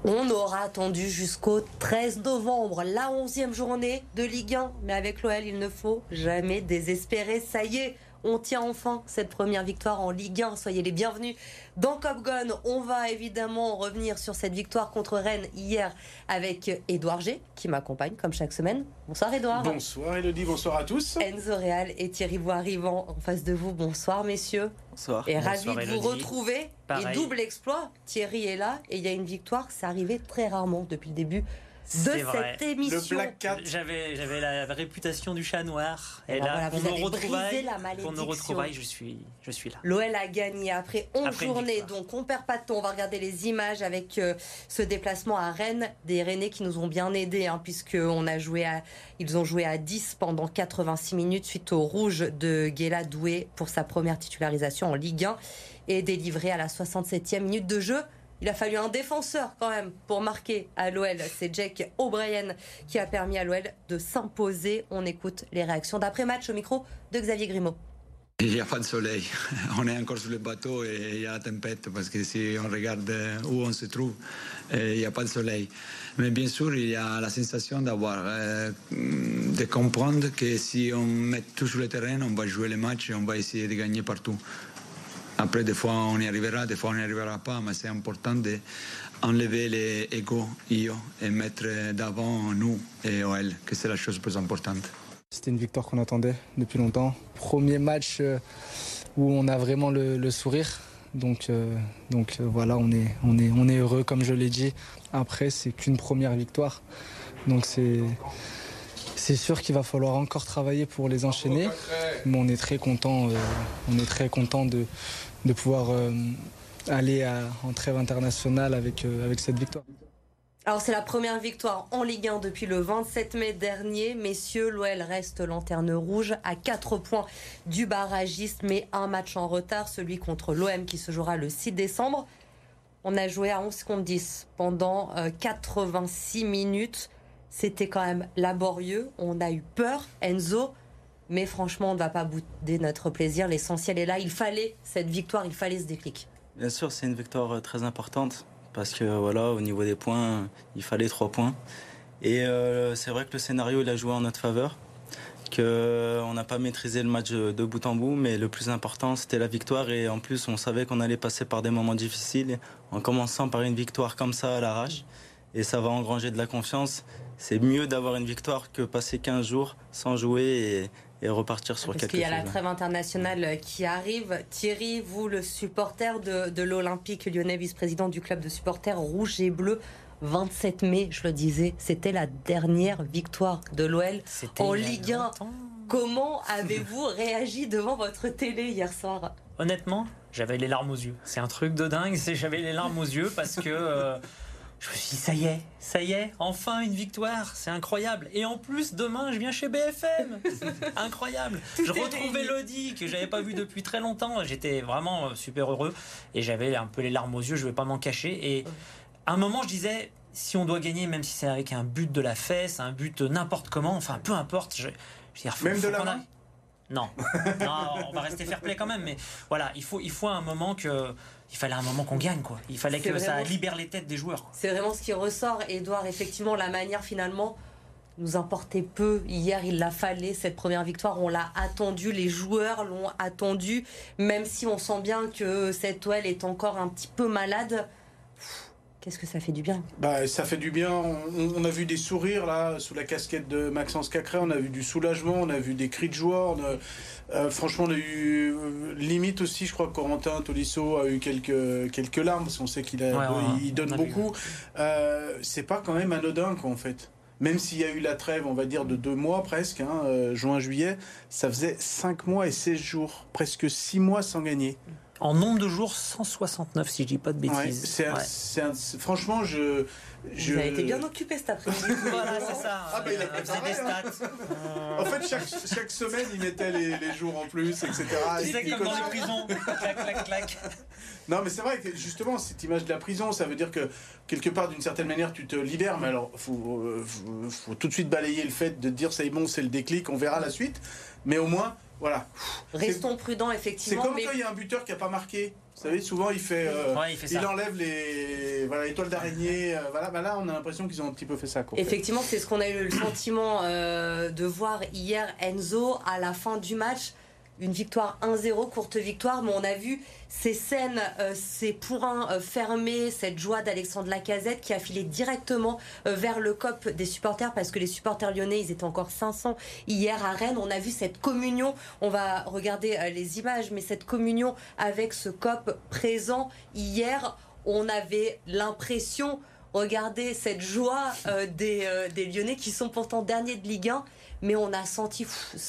On aura attendu jusqu'au 13 novembre, la 11e journée de Ligue 1. Mais avec l'OL, il ne faut jamais désespérer. Ça y est, on tient enfin cette première victoire en Ligue 1. Soyez les bienvenus dans Cop Gun. On va évidemment revenir sur cette victoire contre Rennes hier avec Édouard G, qui m'accompagne comme chaque semaine. Bonsoir Édouard. Bonsoir Elodie, bonsoir à tous. Enzo Réal et Thierry Bois-Rivant en face de vous. Bonsoir messieurs. Bonsoir. Et bonsoir, ravi de Elodie. vous retrouver. Pareil. Et double exploit, Thierry est là et il y a une victoire, c'est arrivé très rarement depuis le début de cette émission. Le Black Cat. J'avais la réputation du chat noir. Et voilà, là, vous avez brisé la pour nos retrouvailles, je suis là. L'OL a gagné après 11 journées, victoire. donc on perd pas de temps. On va regarder les images avec ce déplacement à Rennes, des Rennais qui nous ont bien aidés, puisqu'ils ont joué à 10 pendant 86 minutes suite au rouge de Guéla Doué pour sa première titularisation en Ligue 1 et délivré à la 67e minute de jeu. Il a fallu un défenseur quand même pour marquer à l'OL. C'est Jack O'Brien qui a permis à l'OL de s'imposer. On écoute les réactions d'après-match au micro de Xavier Grimaud. Il n'y a pas de soleil. On est encore sur le bateau et il y a la tempête parce que si on regarde où on se trouve, il n'y a pas de soleil. Mais bien sûr, il y a la sensation de comprendre que si on met tout sur le terrain, on va jouer les matchs et on va essayer de gagner partout. Après, des fois, on y arrivera, des fois, on n'y arrivera pas, mais c'est important d'enlever les égos, et mettre d'avant nous et OL, que c'est la chose la plus importante. C'était une victoire qu'on attendait depuis longtemps. Premier match où on a vraiment le sourire. Donc voilà, on est heureux, comme je l'ai dit. Après, c'est qu'une première victoire. Donc c'est sûr qu'il va falloir encore travailler pour les enchaîner. Mais on est très content de pouvoir aller en trêve internationale avec cette victoire. Alors c'est la première victoire en Ligue 1 depuis le 27 mai dernier. Messieurs, l'OL reste lanterne rouge à 4 points du barragiste, mais un match en retard, celui contre l'OM qui se jouera le 6 décembre. On a joué à 11 contre 10 pendant 86 minutes. C'était quand même laborieux. On a eu peur, Enzo. Mais franchement, on ne va pas bouder notre plaisir. L'essentiel est là. Il fallait cette victoire, il fallait ce déclic. Bien sûr, c'est une victoire très importante parce que voilà, au niveau des points, il fallait 3 points. Et c'est vrai que le scénario il a joué en notre faveur, qu'on n'a pas maîtrisé le match de bout en bout, mais le plus important, c'était la victoire. Et en plus, on savait qu'on allait passer par des moments difficiles en commençant par une victoire comme ça à l'arrache. Et ça va engranger de la confiance. C'est mieux d'avoir une victoire que passer 15 jours sans jouer et repartir sur quelque chose. Parce qu'il y a la trêve internationale qui arrive. Thierry, vous, le supporter de l'Olympique lyonnais, vice-président du club de supporters rouge et bleu, 27 mai, je le disais, c'était la dernière victoire de l'OL en Ligue 1. Comment avez-vous réagi devant votre télé hier soir ? Honnêtement, j'avais les larmes aux yeux. C'est un truc de dingue, j'avais les larmes aux yeux parce que... je me suis dit, ça y est, enfin une victoire, c'est incroyable. Et en plus, demain, je viens chez BFM. Incroyable. Je retrouve Elodie, que j'avais pas vue depuis très longtemps. J'étais vraiment super heureux. Et j'avais un peu les larmes aux yeux, je vais pas m'en cacher. Et à un moment, je disais, si on doit gagner, même si c'est avec un but de la fesse, un but n'importe comment, enfin, peu importe. Je veux dire, même de la main ? Non, on va rester fair play quand même. Mais voilà, il faut un moment que... Il fallait un moment qu'on gagne, quoi. Il fallait que ça libère les têtes des joueurs. C'est vraiment ce qui ressort, Édouard. Effectivement, la manière, finalement, nous importait peu. Hier, il la fallait, cette première victoire. On l'a attendue, les joueurs l'ont attendue. Même si on sent bien que cette OL est encore un petit peu malade. Qu'est-ce que ça fait du bien ? Ça fait du bien. On a vu des sourires là sous la casquette de Maxence Cacré. On a vu du soulagement. On a vu des cris de joie. Franchement, on a eu limite aussi. Je crois que Corentin Tolisso a eu quelques larmes parce qu'on sait qu'il il donne beaucoup. C'est pas quand même anodin quoi en fait. Même s'il y a eu la trêve, on va dire de 2 mois presque, juin-juillet, ça faisait 5 mois et 16 jours, presque 6 mois sans gagner. En nombre de jours, 169, si je dis pas de bêtises. Franchement, Vous avez été bien occupé cet après-midi. Voilà, c'est ça. Il faisait des stats. En fait, chaque semaine, il mettait les jours en plus, etc. C'est comme dans les prisons. Clac, clac, clac. Non, mais c'est vrai que justement, cette image de la prison, ça veut dire que quelque part, d'une certaine manière, tu te libères. Mais alors, faut tout de suite balayer le fait de te dire, c'est bon, c'est le déclic, on verra la suite. Mais au moins, Voilà. Restons prudents, C'est effectivement. comme quand il y a un buteur qui n'a pas marqué. Vous savez, souvent, il enlève les toiles d'araignée. Là, on a l'impression qu'ils ont un petit peu fait ça. Effectivement, c'est ce qu'on a eu le sentiment de voir hier, Enzo, à la fin du match. Une victoire 1-0, courte victoire, mais on a vu ces scènes, ces pourrains fermés, cette joie d'Alexandre Lacazette qui a filé directement vers le COP des supporters, parce que les supporters lyonnais, ils étaient encore 500 hier à Rennes. On a vu cette communion, on va regarder les images, mais cette communion avec ce COP présent hier, on avait l'impression, regardez cette joie des Lyonnais qui sont pourtant derniers de Ligue 1, mais on a senti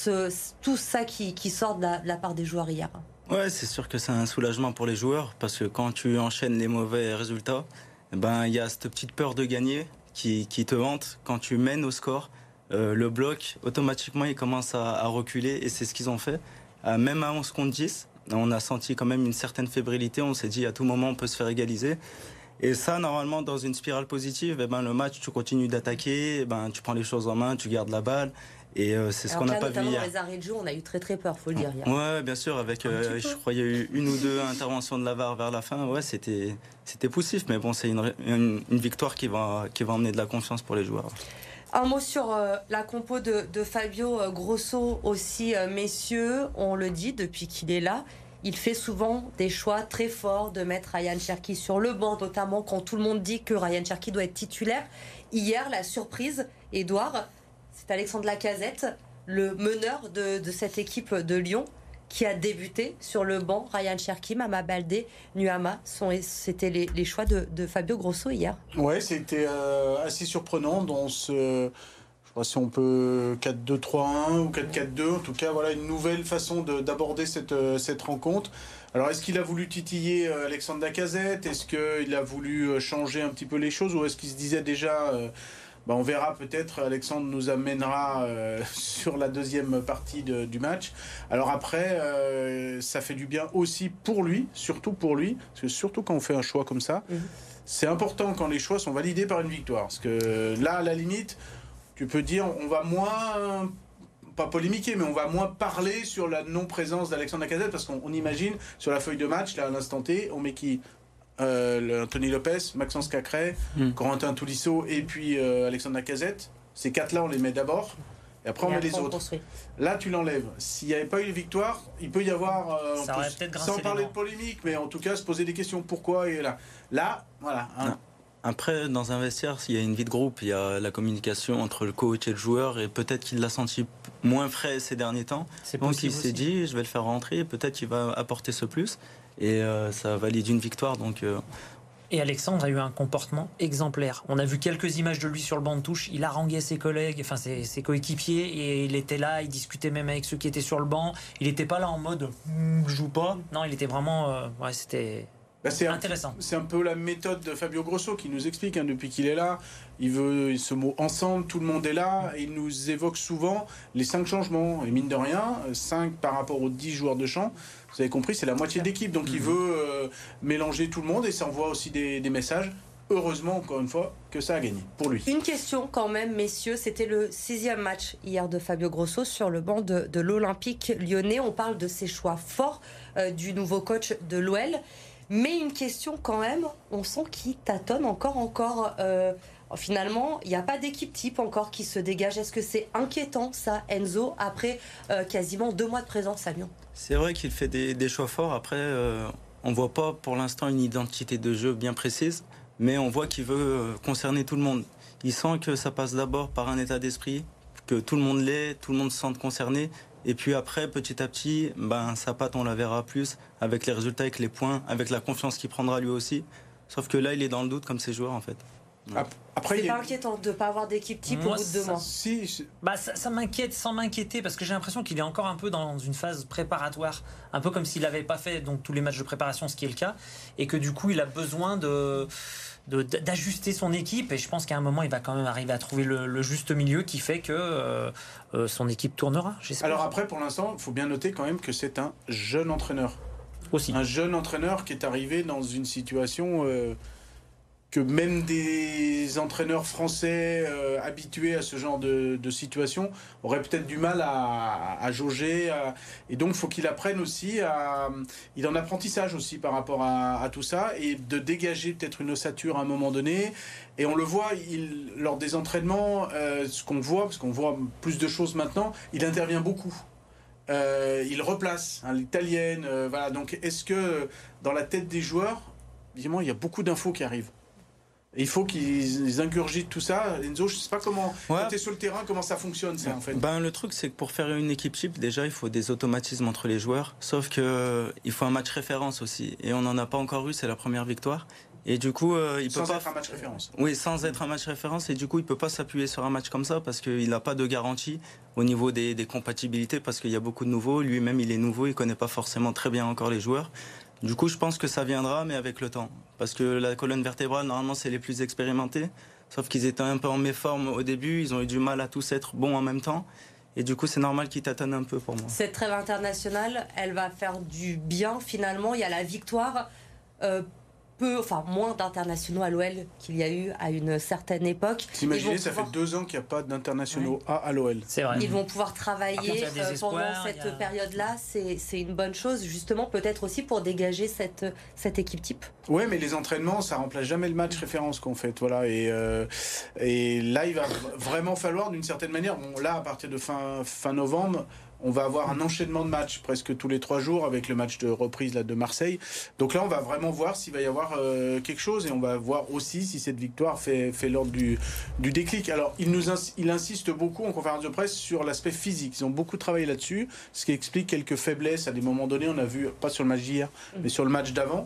tout ça qui sort de la part des joueurs hier. Ouais, c'est sûr que c'est un soulagement pour les joueurs, parce que quand tu enchaînes les mauvais résultats, il y a cette petite peur de gagner qui te hante. Quand tu mènes au score, le bloc, automatiquement, il commence à reculer, et c'est ce qu'ils ont fait. Même à 11 contre 10, on a senti quand même une certaine fébrilité. On s'est dit à tout moment, on peut se faire égaliser. Et ça, normalement, dans une spirale positive, le match, tu continues d'attaquer, tu prends les choses en main, tu gardes la balle. Et c'est ce qu'on n'a pas vu hier. Dans les arrêts de jeu, on a eu très très peur, faut le dire. Hier. Ouais, bien sûr, avec je crois il y a eu une ou deux interventions de la VAR vers la fin. Ouais, c'était poussif, mais bon, c'est une victoire qui va emmener de la confiance pour les joueurs. Un mot sur la compo de Fabio Grosso aussi, messieurs. On le dit depuis qu'il est là. Il fait souvent des choix très forts de mettre Ryan Cherki sur le banc, notamment quand tout le monde dit que Ryan Cherki doit être titulaire. Hier, la surprise, Edouard, c'est Alexandre Lacazette, le meneur de cette équipe de Lyon, qui a débuté sur le banc. Ryan Cherki, Mama Baldé, Nuama, c'était les choix de Fabio Grosso hier. Ouais, c'était assez surprenant dans ce... Je sais pas si on peut 4-2-3-1 ou 4-4-2. En tout cas, voilà une nouvelle façon d'aborder cette rencontre. Alors, est-ce qu'il a voulu titiller Alexandre Lacazette? Est-ce qu'il a voulu changer un petit peu les choses? Ou est-ce qu'il se disait déjà... on verra peut-être, Alexandre nous amènera sur la deuxième partie du match. Alors après, ça fait du bien aussi pour lui, surtout pour lui, parce que surtout quand on fait un choix comme ça, c'est important quand les choix sont validés par une victoire. Parce que là, à la limite, tu peux dire, on va moins, pas polémiquer, mais on va moins parler sur la non-présence d'Alexandre Lacazette, parce qu'on imagine, sur la feuille de match, là, à l'instant T, on met qui? Anthony Lopez, Maxence Cacré, Corentin Tolisso et puis Alexandre Lacazette. Ces quatre-là, on les met d'abord. Et après, on met les autres. Là, tu l'enlèves. S'il n'y avait pas eu de victoire, il peut y avoir, sans parler de polémique, mais en tout cas, se poser des questions. Pourquoi et là, voilà. Après, dans un vestiaire, s'il y a une vie de groupe, il y a la communication entre le coach et le joueur, et peut-être qu'il l'a senti moins frais ces derniers temps. Donc il s'est dit, je vais le faire rentrer, peut-être qu'il va apporter ce plus, et ça valide une victoire. Et Alexandre a eu un comportement exemplaire. On a vu quelques images de lui sur le banc de touche. Il haranguait ses collègues, enfin ses coéquipiers, et il était là, il discutait même avec ceux qui étaient sur le banc. Il n'était pas là en mode je joue pas. Non, il était vraiment... c'était... c'est intéressant. C'est un peu la méthode de Fabio Grosso qui nous explique depuis qu'il est là. Il veut ce mot ensemble, tout le monde est là. Et il nous évoque souvent les 5 changements. Et mine de rien, 5 par rapport aux 10 joueurs de champ. Vous avez compris, c'est la moitié d'équipe. Donc il veut mélanger tout le monde, et ça envoie aussi des messages. Heureusement, encore une fois, que ça a gagné pour lui. Une question quand même, messieurs. C'était le 6e match hier de Fabio Grosso sur le banc de l'Olympique lyonnais. On parle de ses choix forts du nouveau coach de l'OL. Mais une question quand même, on sent qu'il tâtonne encore. Finalement, il n'y a pas d'équipe type encore qui se dégage. Est-ce que c'est inquiétant ça, Enzo, après quasiment 2 mois de présence à Lyon? C'est vrai qu'il fait des choix forts. Après, on ne voit pas pour l'instant une identité de jeu bien précise, mais on voit qu'il veut concerner tout le monde. Il sent que ça passe d'abord par un état d'esprit, que tout le monde l'est, tout le monde se sente concerné. Et puis après, petit à petit, sa patte, on la verra plus avec les résultats, avec les points, avec la confiance qu'il prendra lui aussi. Sauf que là, il est dans le doute comme ses joueurs en fait. Après, c'est pas inquiétant de ne pas avoir d'équipe type au bout de 2 mois. Ça m'inquiète sans m'inquiéter, parce que j'ai l'impression qu'il est encore un peu dans une phase préparatoire, un peu comme s'il n'avait pas fait tous les matchs de préparation, ce qui est le cas, et que du coup il a besoin d'ajuster son équipe, et je pense qu'à un moment il va quand même arriver à trouver le juste milieu qui fait que son équipe tournera, j'espère. Alors après, pour l'instant, il faut bien noter quand même que c'est un jeune entraîneur. Aussi. Un jeune entraîneur qui est arrivé dans une situation que même des entraîneurs français habitués à ce genre de situation auraient peut-être du mal à jauger. Et donc, il faut qu'il apprenne aussi il est en apprentissage aussi par rapport à tout ça, et de dégager peut-être une ossature à un moment donné. Et on le voit, lors des entraînements, ce qu'on voit, parce qu'on voit plus de choses maintenant, il intervient beaucoup. Il replace l'italienne. Voilà. Donc, est-ce que dans la tête des joueurs, évidemment, il y a beaucoup d'infos qui arrivent. Il faut qu'ils ingurgitent tout ça. Enzo, je ne sais pas comment, quand tu es sur le terrain, comment ça fonctionne, ça, en fait. Le truc, c'est que pour faire une équipe type, déjà, il faut des automatismes entre les joueurs. Sauf qu'il faut un match référence aussi. Et on n'en a pas encore eu, c'est la première victoire. Et du coup, sans être un match référence. Oui, sans être un match référence. Et du coup, il ne peut pas s'appuyer sur un match comme ça parce qu'il n'a pas de garantie au niveau des compatibilités, parce qu'il y a beaucoup de nouveaux. Lui-même, il est nouveau, il ne connaît pas forcément très bien encore les joueurs. Du coup, je pense que ça viendra, mais avec le temps. Parce que la colonne vertébrale, normalement, c'est les plus expérimentés. Sauf qu'ils étaient un peu en méforme au début. Ils ont eu du mal à tous être bons en même temps. Et du coup, c'est normal qu'ils tâtonnent un peu pour moi. Cette trêve internationale, elle va faire du bien, finalement. Il y a la victoire. Moins d'internationaux à l'OL qu'il y a eu à une certaine époque. T'imagines, ça fait 2 ans qu'il n'y a pas d'internationaux à l'OL. C'est vrai. Ils vont pouvoir travailler pendant cette période-là. C'est une bonne chose, justement, peut-être aussi pour dégager cette équipe type. Oui, mais les entraînements, ça remplace jamais le match référence qu'on fait. Voilà. Et là, il va vraiment falloir, d'une certaine manière, là, à partir de fin novembre, on va avoir un enchaînement de matchs presque tous les 3 jours avec le match de reprise là, de Marseille. Donc là, on va vraiment voir s'il va y avoir quelque chose, et on va voir aussi si cette victoire fait l'ordre du déclic. Alors, il insiste beaucoup en conférence de presse sur l'aspect physique. Ils ont beaucoup travaillé là-dessus, ce qui explique quelques faiblesses à des moments donnés. On a vu, pas sur le match d'hier, mais sur le match d'avant.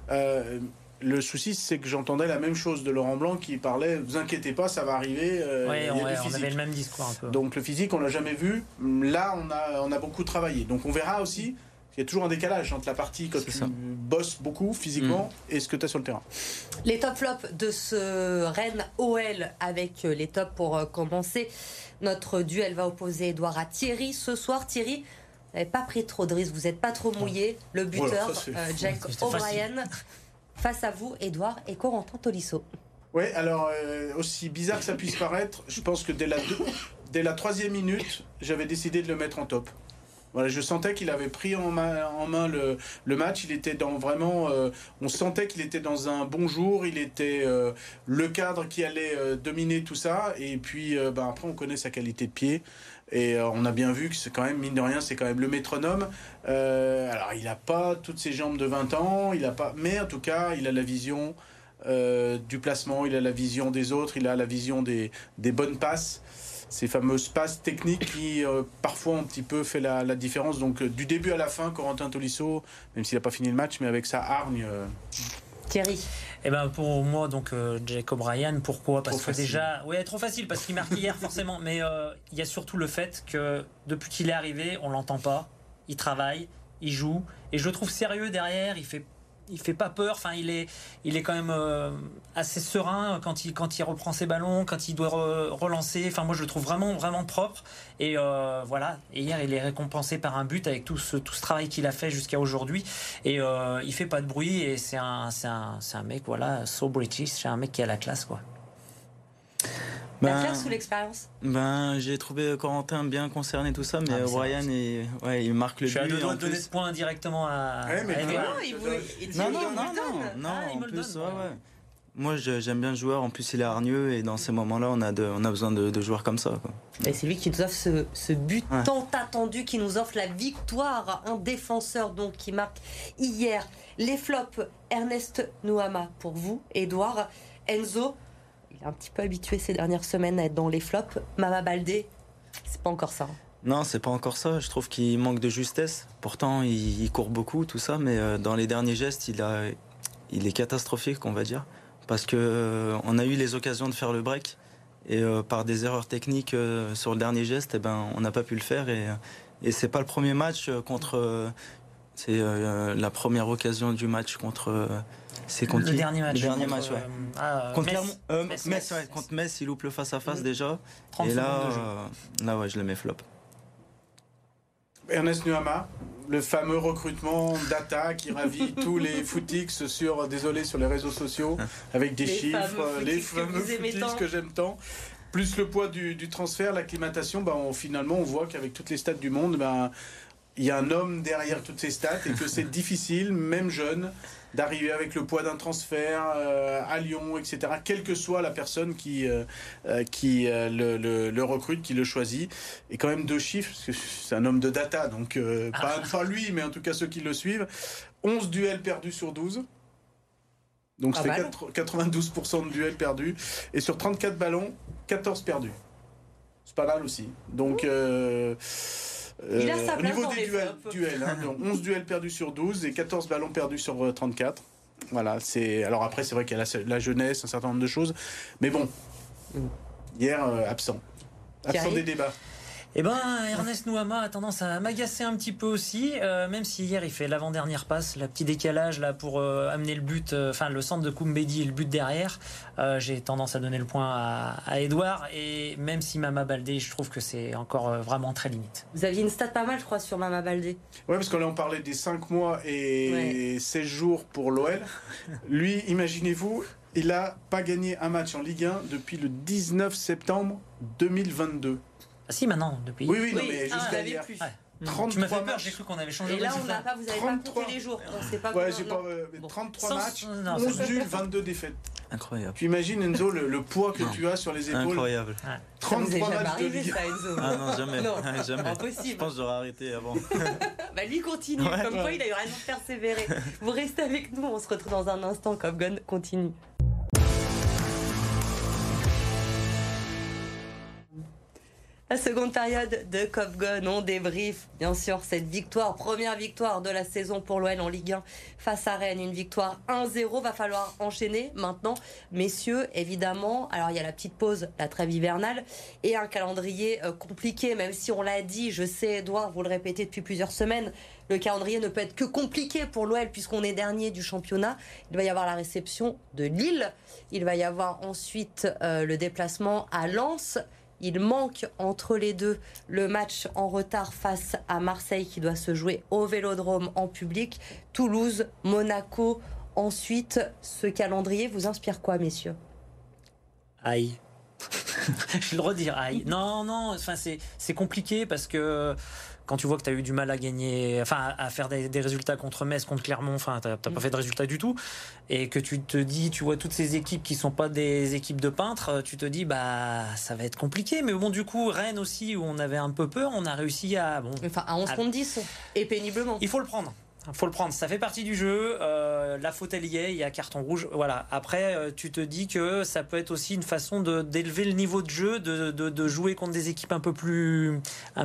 Le souci, c'est que j'entendais la même chose de Laurent Blanc qui parlait « Vous inquiétez pas, ça va arriver. » on avait le même discours un peu. Donc le physique, on l'a jamais vu. Là, on a beaucoup travaillé. Donc on verra aussi. Il y a toujours un décalage entre la partie quand tu bosses beaucoup physiquement et ce que tu as sur le terrain. Les top flops de ce Rennes OL avec les tops pour commencer. Notre duel va opposer Edouard à Thierry. Ce soir, Thierry, vous n'avez pas pris trop de risques, vous n'êtes pas trop mouillé. Le buteur, Jack O'Brien. Face à vous, Edouard et Corentin Tolisso. Oui, alors, aussi bizarre que ça puisse paraître, je pense que dès la 3e minute, j'avais décidé de le mettre en top. Voilà, je sentais qu'il avait pris en main le match. Il était dans vraiment... on sentait qu'il était dans un bon jour. Il était le cadre qui allait dominer tout ça. Et puis, après, on connaît sa qualité de pied. Et on a bien vu que c'est quand même, mine de rien, c'est quand même le métronome. Alors, il n'a pas toutes ses jambes de 20 ans, mais en tout cas, il a la vision du placement, il a la vision des autres, il a la vision des bonnes passes. Ces fameuses passes techniques qui, parfois, ont un petit peu fait la différence. Donc, du début à la fin, Corentin Tolisso, même s'il n'a pas fini le match, mais avec sa hargne... Thierry. Pour moi, donc Jack O'Brien, pourquoi ? Parce que déjà, trop facile parce qu'il marque hier forcément, mais il y a surtout le fait que depuis qu'il est arrivé, on l'entend pas. Il travaille, il joue, et je le trouve sérieux derrière. Il fait pas peur. Enfin, il est quand même assez serein quand il reprend ses ballons, quand il doit relancer. Enfin, moi, je le trouve vraiment propre. Et voilà. Et hier, il est récompensé par un but avec tout ce travail qu'il a fait jusqu'à aujourd'hui. Et il fait pas de bruit. Et c'est un mec, voilà, so British. C'est un mec qui a la classe, quoi. La classe ou l'expérience ? J'ai trouvé Corentin bien concerné tout ça, mais O'Brien il marque le but. Je suis à 2 doigts de donner ce point directement à Edouard. Non, en plus, moi j'aime bien le joueur, en plus il est hargneux, et dans ces moments-là on a besoin de joueurs comme ça, quoi. Et c'est lui qui nous offre ce but tant attendu, qui nous offre la victoire, un défenseur donc qui marque hier. Les flops, Ernest Nuama pour vous, Edouard. Enzo, il est un petit peu habitué ces dernières semaines à être dans les flops. Mama Baldé, c'est pas encore ça. Non, c'est pas encore ça. Je trouve qu'il manque de justesse. Pourtant, il court beaucoup, tout ça, mais dans les derniers gestes, il est catastrophique, on va dire. Parce que on a eu les occasions de faire le break, et par des erreurs techniques sur le dernier geste, on n'a pas pu le faire. Et c'est pas le premier match contre. C'est la première occasion du match contre. C'est contre le dernier match. Le dernier match, ouais. Contre Metz, contre Metz, il loupe le face-à-face déjà. 30 et là, secondes de jeu. là, je le mets flop. Ernest Nuama, Le fameux recrutement data qui ravit tous les footix sur les réseaux sociaux avec des chiffres, les fameux footix que j'aime tant. Plus le poids du transfert, l'acclimatation, finalement on voit qu'avec toutes les stats du monde, il y a un homme derrière toutes ces stats et que c'est difficile, même jeune, d'arriver avec le poids d'un transfert à Lyon, etc. Quelle que soit la personne qui le recrute, qui le choisit. Et quand même 2 chiffres, parce que c'est un homme de data, donc pas lui, mais en tout cas ceux qui le suivent. 11 duels perdus sur 12. Donc ça fait 92% de duels perdus. Et sur 34 ballons, 14 perdus. C'est pas mal aussi. Donc... il a sa au place niveau dans des duels donc 11 duels perdus sur 12 et 14 ballons perdus sur 34. Voilà, alors après c'est vrai qu'il y a la jeunesse, un certain nombre de choses, mais bon, hier absent des débats. Eh ben, Ernest Nouama a tendance à m'agacer un petit peu aussi, même si hier il fait l'avant-dernière passe, le petit décalage là pour amener le but, le centre de Koumbedi et le but derrière. J'ai tendance à donner le point à Edouard, et même si Mama Baldé, je trouve que c'est encore vraiment très limite. Vous aviez une stat pas mal, je crois, sur Mama Baldé. Ouais, parce que là on parlait des 5 mois et 16 jours pour l'OL. Lui, imaginez-vous, il n'a pas gagné un match en Ligue 1 depuis le 19 septembre 2022. Ah si, maintenant, depuis... Oui, non, mais jusqu'à hier. Plus. Ouais. 33 tu m'as fait peur, matchs. j'ai cru qu'on avait changé et de là, résultat. vous n'avez pas compté les jours. On sait pas J'ai 33 matchs, 11 nuls, 22 défaites. Incroyable. Tu imagines, Enzo, le poids que tu as sur les épaules. Incroyable. 33 matchs de Ligue 1. Ça, Enzo. Ah non, jamais. Non, jamais. impossible. Je pense que j'aurais arrêté avant. Lui continue. Comme quoi, il a eu raison de persévérer. Vous restez avec nous, on se retrouve dans un instant. Cop Gun continue. La seconde période de Cop Gun, on débrief bien sûr cette victoire, première victoire de la saison pour l'OL en Ligue 1 face à Rennes, une victoire 1-0, va falloir enchaîner maintenant, messieurs, évidemment. Alors il y a la petite pause, la trêve hivernale et un calendrier compliqué, même si on l'a dit, je sais Edouard, vous le répétez depuis plusieurs semaines, le calendrier ne peut être que compliqué pour l'OL puisqu'on est dernier du championnat. Il va y avoir la réception de Lille, il va y avoir ensuite le déplacement à Lens. Il manque entre les deux le match en retard face à Marseille qui doit se jouer au Vélodrome en public. Toulouse, Monaco. Ensuite, ce calendrier vous inspire quoi, messieurs ? Aïe. Je vais le redire, aïe. Non, c'est compliqué parce que quand tu vois que tu as eu du mal à gagner, à faire des résultats contre Metz, contre Clermont, t'as pas fait de résultats du tout, et que tu te dis, tu vois toutes ces équipes qui sont pas des équipes de peintres, tu te dis, ça va être compliqué. Mais bon, du coup, Rennes aussi, où on avait un peu peur, on a réussi à 11 contre 10, et péniblement. Il faut le prendre. Ça fait partie du jeu. La faute elle y est, il y a carton rouge. Voilà. Après, tu te dis que ça peut être aussi une façon d'élever le niveau de jeu, de jouer contre des équipes un peu plus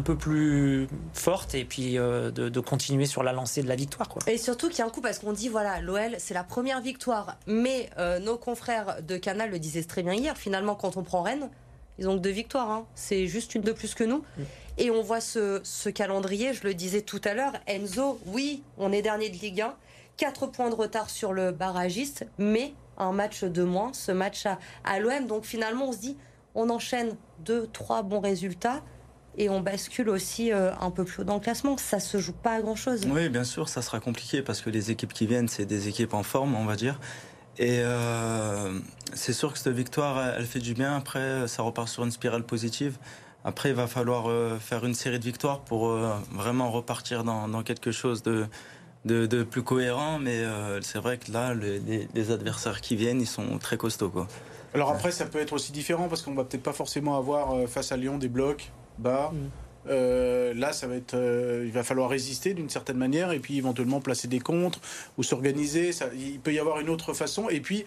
fortes et puis de continuer sur la lancée de la victoire, quoi. Et surtout qu'il y a un coup parce qu'on dit l'OL c'est la première victoire, mais nos confrères de Canal le disaient très bien hier. Finalement, quand on prend Rennes, ils ont que 2 victoires. C'est juste une de plus que nous. Et on voit ce calendrier, je le disais tout à l'heure, Enzo, oui, on est dernier de Ligue 1, 4 points de retard sur le barragiste, mais un match de moins, ce match à l'OM. Donc finalement, on se dit, on enchaîne 2-3 bons résultats et on bascule aussi un peu plus haut dans le classement. Ça se joue pas à grand-chose. Oui, bien sûr, ça sera compliqué parce que les équipes qui viennent, c'est des équipes en forme, on va dire. Et c'est sûr que cette victoire, elle fait du bien. Après, ça repart sur une spirale positive. Après, il va falloir faire une série de victoires pour vraiment repartir dans quelque chose de plus cohérent. Mais c'est vrai que là, les adversaires qui viennent, ils sont très costauds, quoi. Alors après, ça peut être aussi différent parce qu'on va peut-être pas forcément avoir face à Lyon des blocs bas. Là, ça va être, il va falloir résister d'une certaine manière et puis éventuellement placer des contres ou s'organiser. Il peut y avoir une autre façon. Et puis,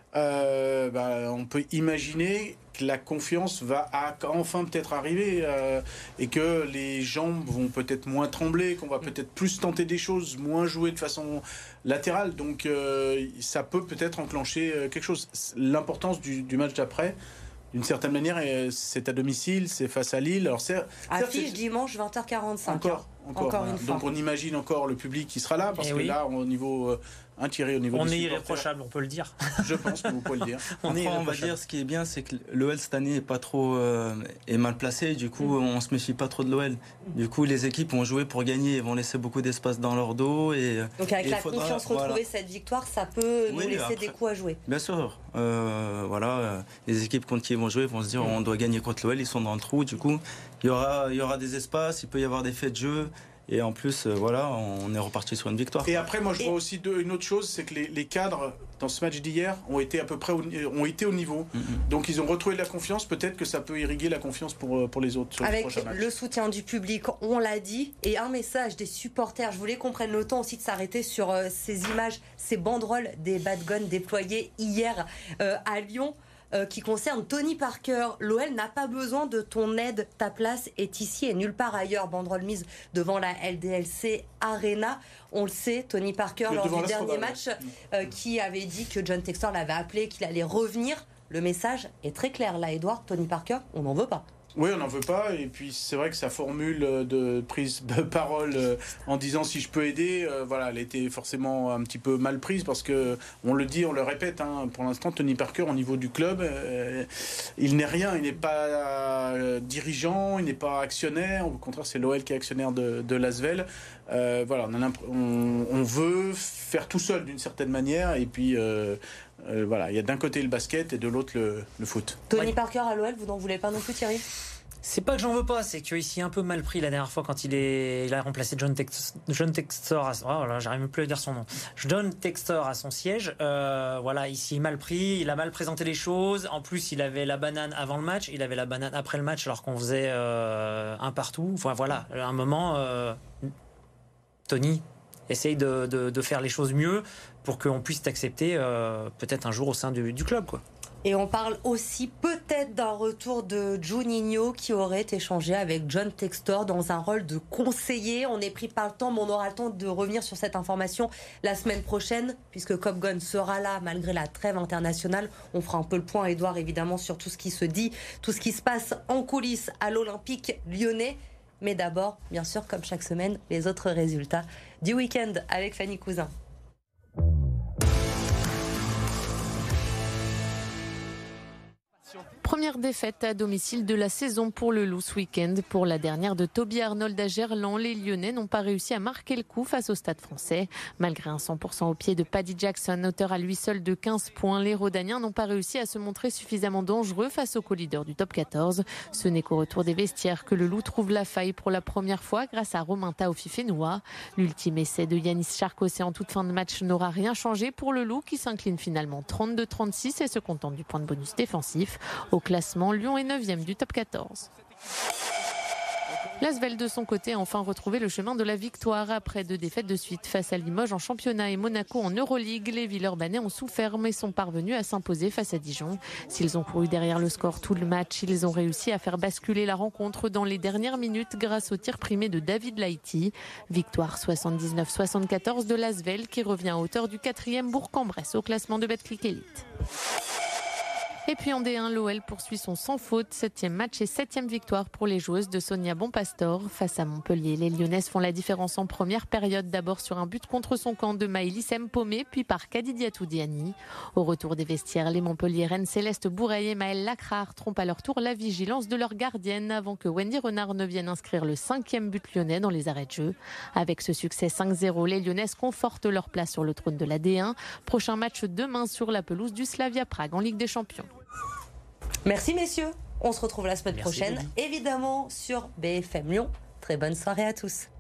on peut imaginer que la confiance va enfin peut-être arriver et que les jambes vont peut-être moins trembler, qu'on va peut-être plus tenter des choses, moins jouer de façon latérale. Donc, ça peut-être enclencher quelque chose. L'importance du match d'après, d'une certaine manière, c'est à domicile, c'est face à Lille. Alors, affiche dimanche 20h45. Encore une fois. Donc on imagine encore le public qui sera là, parce que là, au niveau hein, Thierry, au niveau On des est supporters. irréprochable, on peut le dire. Je pense que vous pouvez le dire. Après, on va dire, ce qui est bien, c'est que l'OL cette année est mal placé. Du coup, on se méfie pas trop de l'OL. Du coup, les équipes vont jouer pour gagner. Ils vont laisser beaucoup d'espace dans leur dos. Donc avec la confiance retrouvée, cette victoire, ça peut nous laisser des coups à jouer. Bien sûr. Les équipes contre qui ils vont jouer vont se dire on doit gagner contre l'OL. Ils sont dans le trou. Du coup, il y aura des espaces. Il peut y avoir des faits de jeu. Et en plus, on est reparti sur une victoire. Et après, moi, je vois aussi une autre chose, c'est que les cadres dans ce match d'hier ont été à peu près au niveau. Donc, ils ont retrouvé de la confiance. Peut-être que ça peut irriguer la confiance pour les autres sur les prochains matchs. Avec le soutien du public, on l'a dit, et un message des supporters. Je voulais qu'on prenne le temps aussi de s'arrêter sur ces images, ces banderoles des bad guns déployées hier à Lyon. Qui concerne Tony Parker. L'OL n'a pas besoin de ton aide, ta place est ici et nulle part ailleurs. Banderole mise devant la LDLC Arena. On le sait, Tony Parker, lors du dernier match, qui avait dit que John Textor l'avait appelé, qu'il allait revenir. Le message est très clair là, Edouard. Tony Parker, on n'en veut pas. Oui, on n'en veut pas. Et puis, c'est vrai que sa formule de prise de parole en disant si je peux aider, elle était forcément un petit peu mal prise parce que, on le dit, on le répète, hein, pour l'instant, Tony Parker, au niveau du club, il n'est rien. Il n'est pas dirigeant, il n'est pas actionnaire. Au contraire, c'est l'OL qui est actionnaire de l'Asvel. On veut faire tout seul d'une certaine manière. Et puis, il y a d'un côté le basket et de l'autre le foot. Tony Parker à l'OL, vous n'en voulez pas non plus, Thierry ? C'est pas que j'en veux pas, c'est qu'il s'y est un peu mal pris la dernière fois quand il a remplacé John Textor. J'arrive même plus à dire son nom. John Textor à son siège. Il s'y est mal pris, il a mal présenté les choses. En plus, il avait la banane avant le match, il avait la banane après le match, alors qu'on faisait un partout. Enfin voilà, à un moment, Tony essaye de faire les choses mieux pour qu'on puisse t'accepter peut-être un jour au sein du club, quoi. Et on parle aussi peut-être d'un retour de Juninho qui aurait échangé avec John Textor dans un rôle de conseiller. On est pris par le temps, mais on aura le temps de revenir sur cette information la semaine prochaine, puisque Copgon sera là malgré la trêve internationale. On fera un peu le point, Edouard, évidemment, sur tout ce qui se dit, tout ce qui se passe en coulisses à l'Olympique lyonnais. Mais d'abord, bien sûr, comme chaque semaine, les autres résultats du week-end avec Fanny Cousin. Première défaite à domicile de la saison pour le Loup ce week-end. Pour la dernière de Toby Arnold à Gerland, les Lyonnais n'ont pas réussi à marquer le coup face au Stade français. Malgré un 100% au pied de Paddy Jackson, auteur à lui seul de 15 points, les Rhodaniens n'ont pas réussi à se montrer suffisamment dangereux face au co-leader du top 14. Ce n'est qu'au retour des vestiaires que le Loup trouve la faille pour la première fois grâce à Romain Taofifenua. L'ultime essai de Yanis Charkosé en toute fin de match n'aura rien changé pour le Loup qui s'incline finalement 32-36 et se contente du point de bonus défensif. Au classement, Lyon est 9e du top 14. L'Asvel de son côté a enfin retrouvé le chemin de la victoire après 2 défaites de suite face à Limoges en championnat et Monaco en Euroleague. Les Villeurbanais ont souffert mais sont parvenus à s'imposer face à Dijon. S'ils ont couru derrière le score tout le match, ils ont réussi à faire basculer la rencontre dans les dernières minutes grâce au tir primé de David Laïti. Victoire 79-74 de l'Asvel qui revient à hauteur du 4e Bourg-en-Bresse au classement de Betclic Elite. Et puis en D1, l'OL poursuit son sans faute. 7e match et 7e victoire pour les joueuses de Sonia Bonpastor. Face à Montpellier, les Lyonnaises font la différence en première période. D'abord sur un but contre son camp de Maëlys Mpomé, puis par Kadidiatou Diani. Au retour des vestiaires, les Montpelliéraines Céleste Bourreil et Maëlle Lacrard trompent à leur tour la vigilance de leur gardienne avant que Wendy Renard ne vienne inscrire le 5e but lyonnais dans les arrêts de jeu. Avec ce succès 5-0, les Lyonnaises confortent leur place sur le trône de la D1. Prochain match demain sur la pelouse du Slavia Prague en Ligue des Champions. Merci messieurs, on se retrouve la semaine prochaine, Denis. évidemment sur BFM Lyon. Très bonne soirée à tous.